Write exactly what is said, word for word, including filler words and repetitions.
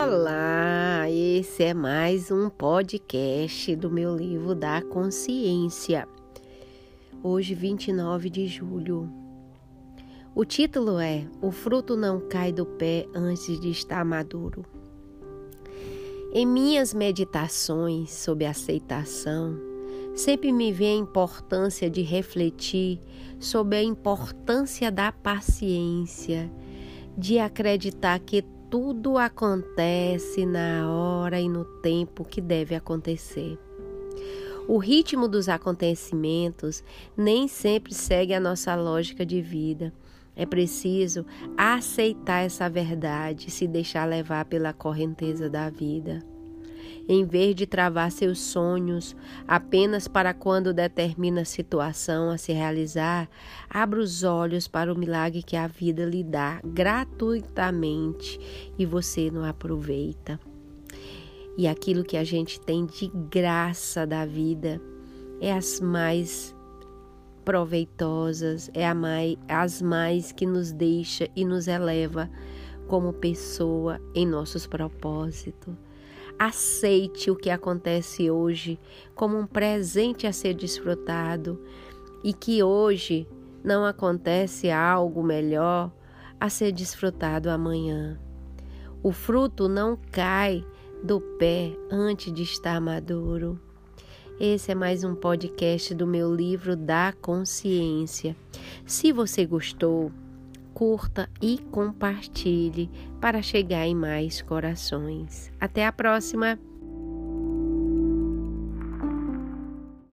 Olá, esse é mais um podcast do meu livro da consciência. Hoje, vinte e nove de julho. O título é O fruto não cai do pé antes de estar maduro. Em minhas meditações sobre aceitação, sempre me vem a importância de refletir sobre a importância da paciência, de acreditar que tudo acontece na hora e no tempo que deve acontecer. O ritmo dos acontecimentos nem sempre segue a nossa lógica de vida. É preciso aceitar essa verdade e se deixar levar pela correnteza da vida. Em vez de travar seus sonhos apenas para quando determina a situação a se realizar, abra os olhos para o milagre que a vida lhe dá gratuitamente e você não aproveita. E aquilo que a gente tem de graça da vida é as mais proveitosas, é a mais, as mais que nos deixa e nos eleva como pessoa em nossos propósitos. Aceite o que acontece hoje como um presente a ser desfrutado e que hoje não acontece algo melhor a ser desfrutado amanhã. O fruto não cai do pé antes de estar maduro. Esse é mais um podcast do meu livro da consciência. Se você gostou, curta e compartilhe para chegar em mais corações. Até a próxima!